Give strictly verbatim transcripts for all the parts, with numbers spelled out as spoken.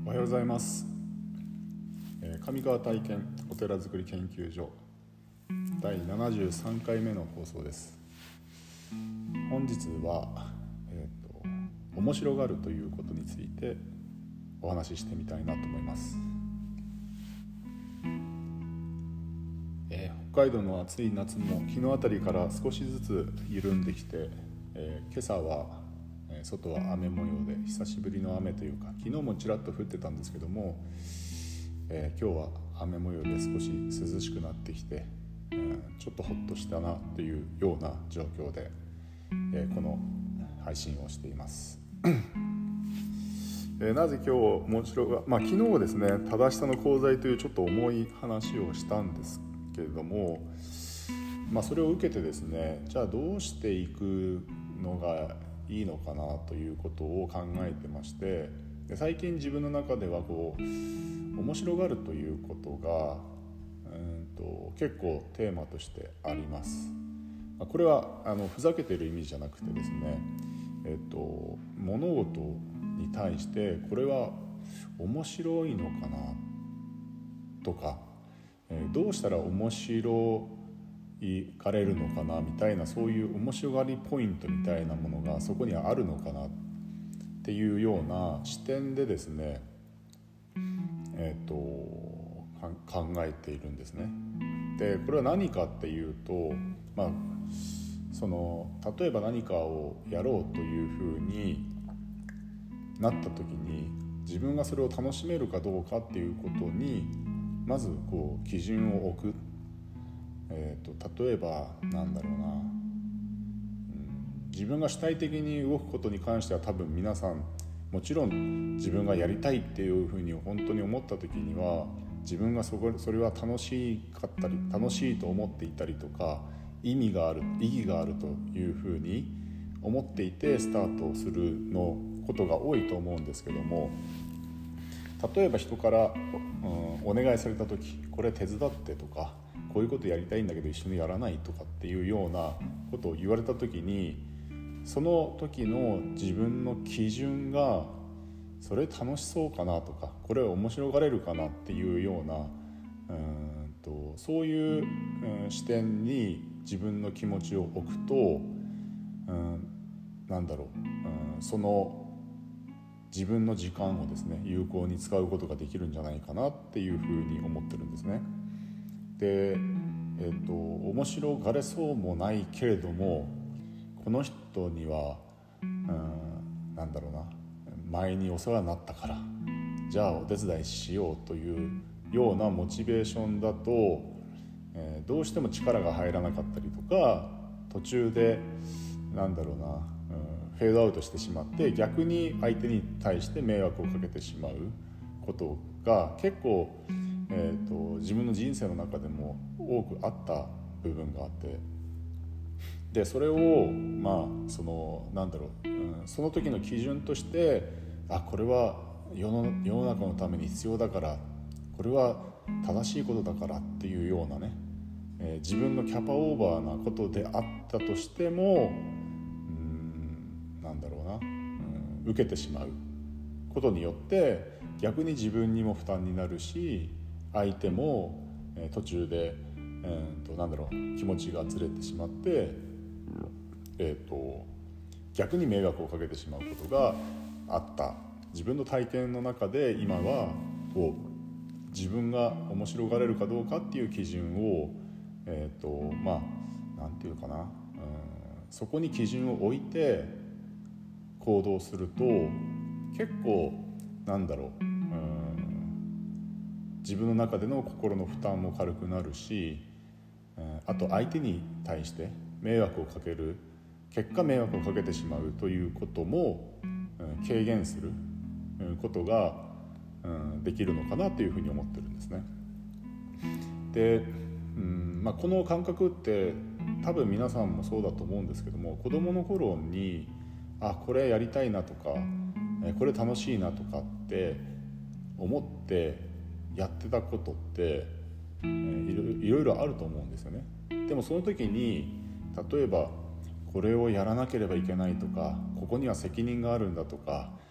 おはようございます。えー上川体験お寺づくり研究所だいななじゅうさんかいめの放送です。本日は、えーと、面白がるということについてお話ししてみたいなと思います。えー、北海道の暑い夏も昨日あたりから少しずつ緩んできて、えー、今朝は外は雨模様で久しぶりの雨というか、昨日もちらっと降ってたんですけども、えー、今日は雨模様で少し涼しくなってきて、えー、ちょっとホッとしたなというような状況で、えー、この配信をしています。えー、なぜ今日面白が、まあ、昨日ですね、正しさの功罪というちょっと重い話をしたんですけれども、まあ、それを受けてですね、じゃあどうしていくのがいいのかなということを考えてまして、で最近自分の中ではこう面白がるということがうんと結構テーマとしてあります。これはあのふざけてる意味じゃなくてですね、えっと、物事に対してこれは面白いのかなとか、えー、どうしたら面白いいかれるのかなみたいな、そういう面白がりポイントみたいなものがそこにはあるのかなっていうような視点でですね、えーと、考えているんですね。でこれは何かっていうと、まあ、その例えば何かをやろうというふうになった時に自分がそれを楽しめるかどうかっていうことにまずこう基準を置く。えー、と例えばなんだろうな、うん、自分が主体的に動くことに関しては多分皆さんもちろん自分がやりたいっていうふうに本当に思った時には自分がそこそれは楽しかったり楽しいと思っていたりとか意味がある意義があるというふうに思っていてスタートするのことが多いと思うんですけども、例えば人から、うん、お願いされた時これ手伝ってとかこういうことやりたいんだけど一緒にやらないとかっていうようなことを言われた時に、その時の自分の基準がそれ楽しそうかなとかこれ面白がれるかなっていうようなうんとそういう、うん、視点に自分の気持ちを置くと、うん、なんだろう、うん、その自分の時間をですね有効に使うことができるんじゃないかなっていうふうに思ってるんですね。で、えーと、面白がれそうもないけれどもこの人にはうんなんだろうな前にお世話になったからじゃあお手伝いしようというようなモチベーションだと、えー、どうしても力が入らなかったりとか途中でなんだろうな、うん、フェードアウトしてしまって逆に相手に対して迷惑をかけてしまうことが結構えーと、自分の人生の中でも多くあった部分があって、でそれをまあそのなんだろう、うん、その時の基準としてあこれは世の、世の中のために必要だからこれは正しいことだからっていうようなね、えー、自分のキャパオーバーなことであったとしてもうんなんだろうな、うん、受けてしまうことによって逆に自分にも負担になるし相手も、えー、途中で、えー、となんだろう気持ちがずれてしまって、えー、と逆に迷惑をかけてしまうことがあった自分の体験の中で今はこう自分が面白がれるかどうかっていう基準を、えー、とまあなんていうかな、うん、そこに基準を置いて行動すると結構なんだろう自分の中での心の負担も軽くなるし、あと相手に対して迷惑をかける結果迷惑をかけてしまうということも軽減することができるのかなというふうに思ってるんですね。で、うんまあ、この感覚って多分皆さんもそうだと思うんですけども、子どもの頃にあこれやりたいなとかこれ楽しいなとかって思ってやってたことって、えー、いろいろあると思うんですよね。でもその時に例えばこれをやらなければいけないとかここには責任があるんだとか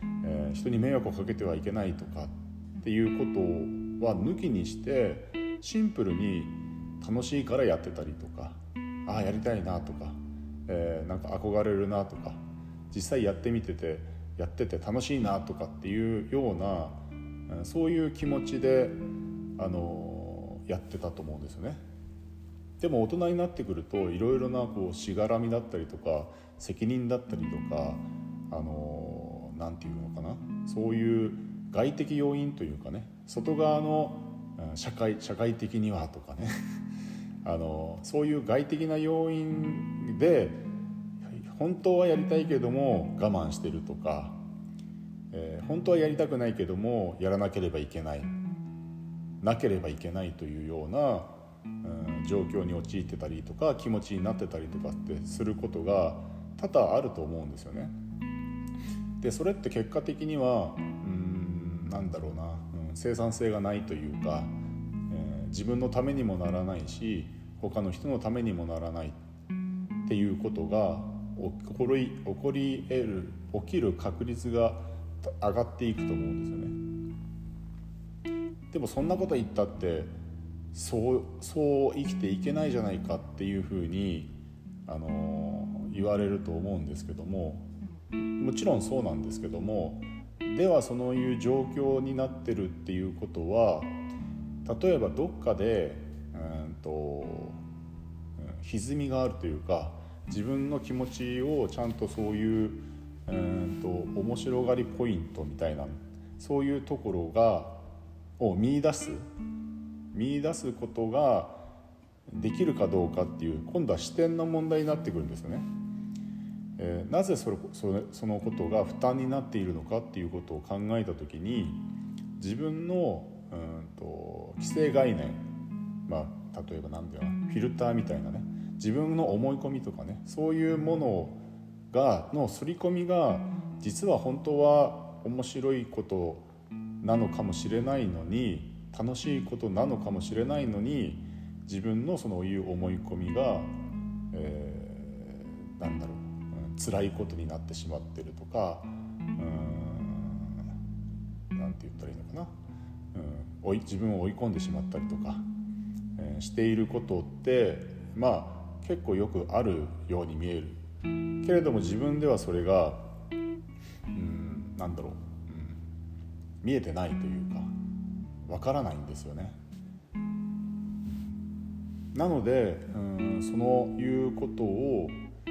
えー、人に迷惑をかけてはいけないとかっていうことは抜きにしてシンプルに楽しいからやってたりとか、ああやりたいなとか、えー、なんか憧れるなとか、実際やってみててやってて楽しいなとかっていうような、そういう気持ちで、あのー、やってたと思うんですよね。でも大人になってくるといろいろなこうしがらみだったりとか責任だったりとか、あのー、なんていうのかな、そういう外的要因というかね、外側の社会社会的にはとかねあのそういう外的な要因で本当はやりたいけども我慢してるとか、えー、本当はやりたくないけどもやらなければいけないなければいけないというような、うん、状況に陥ってたりとか気持ちになってたりとかってすることが多々あると思うんですよね。でそれって結果的にはうーんなんだろうな、うん、生産性がないというか、えー、自分のためにもならないし他の人のためにもならないっていうことが起こり、起こり得る起きる確率が上がっていくと思うんですよね。でもそんなこと言ったってそう、そう生きていけないじゃないかっていうふうに、あのー、言われると思うんですけども、もちろんそうなんですけども、ではそういう状況になってるっていうことは、例えばどっかでうんと歪みがあるというか、自分の気持ちをちゃんとそういううんと面白がりポイントみたいな、そういうところがを見出す見出すことができるかどうかっていう、今度は視点の問題になってくるんですよね。えー、なぜそれ、それ、そのことが負担になっているのかっていうことを考えたときに、自分のうんと既成概念、まあ、例えば何だよな、フィルターみたいなね、自分の思い込みとかね、そういうものがの刷り込みが実は本当は面白いことなのかもしれないのに、楽しいことなのかもしれないのに、自分のそういう思い込みが、えー、なんだろう、辛いことになってしまってるとか、うーん、なんて言ったらいいのかな、うん、追い自分を追い込んでしまったりとか、えー、していることってまあ結構よくあるように見えるけれども、自分ではそれが、うん、なんだろう、うん、見えてないというかわからないんですよね。なので、うん、そのいうことを、うん、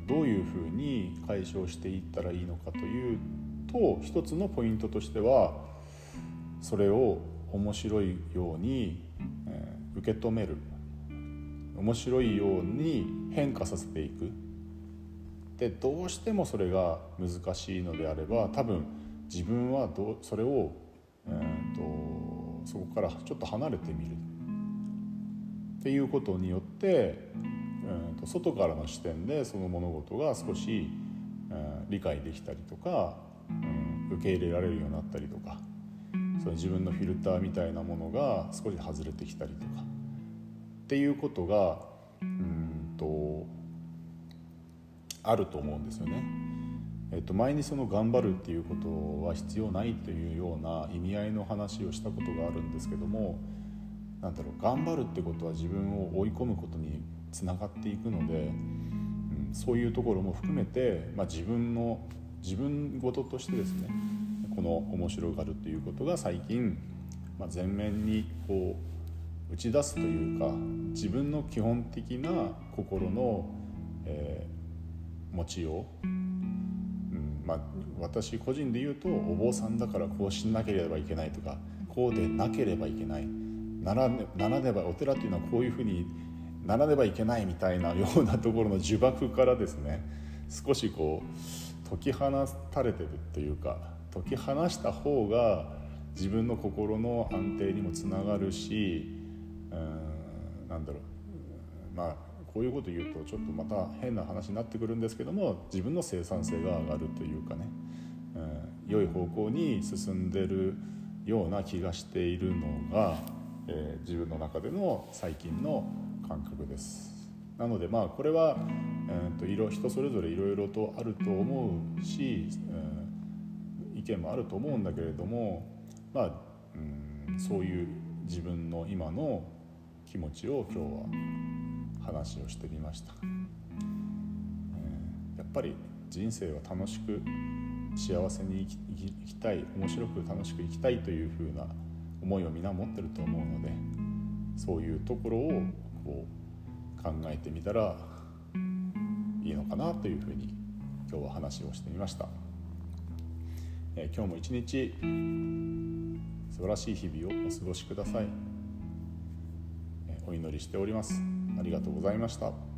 どういうふうに解消していったらいいのかというと、一つのポイントとしては、それを面白いように、えー、受け止める、面白いように変化させていく。でどうしてもそれが難しいのであれば、多分自分はどうそれを、えー、とそこからちょっと離れてみるっていうことによって、えー、と外からの視点でその物事が少し、えー、理解できたりとか、うん、受け入れられるようになったりとか、その自分のフィルターみたいなものが少し外れてきたりとかっていうことがうんとあると思うんですよね。えっと、前にその頑張るっていうことは必要ないというような意味合いの話をしたことがあるんですけども、なんだろう、頑張るってことは自分を追い込むことにつながっていくので、うん、そういうところも含めて、まあ、自分の自分事としてですね、この面白がるということが最近、まあ、前面にこう打ち出すというか、自分の基本的な心の、えー、持ちよう、うんまあ、私個人で言うと、お坊さんだからこうしなければいけないとか、こうでなければいけない、ならね、ならねば、お寺っていうのはこういうふうにならねばいけないみたいなようなところの呪縛からですね、少しこう解き放たれてるというか、解き放した方が自分の心の安定にもつながるし、うーんなんだろう、まあこういうこと言うとちょっとまた変な話になってくるんですけども、自分の生産性が上がるというかね、うん、良い方向に進んでるような気がしているのが、えー、自分の中での最近の感覚です。なのでまあこれは、えー、と人それぞれいろいろとあると思うし、え意見もあると思うんだけれども、まあ、うん、そういう自分の今の気持ちを今日は話をしてみました。えー、やっぱり人生は楽しく幸せに生き、生きたい、面白く楽しく生きたいというふうな思いをみんな持ってると思うので、そういうところをこう考えてみたらいいのかなというふうに今日は話をしてみました。えー、今日も一日素晴らしい日々をお過ごしください。えー、お祈りしております。ありがとうございました。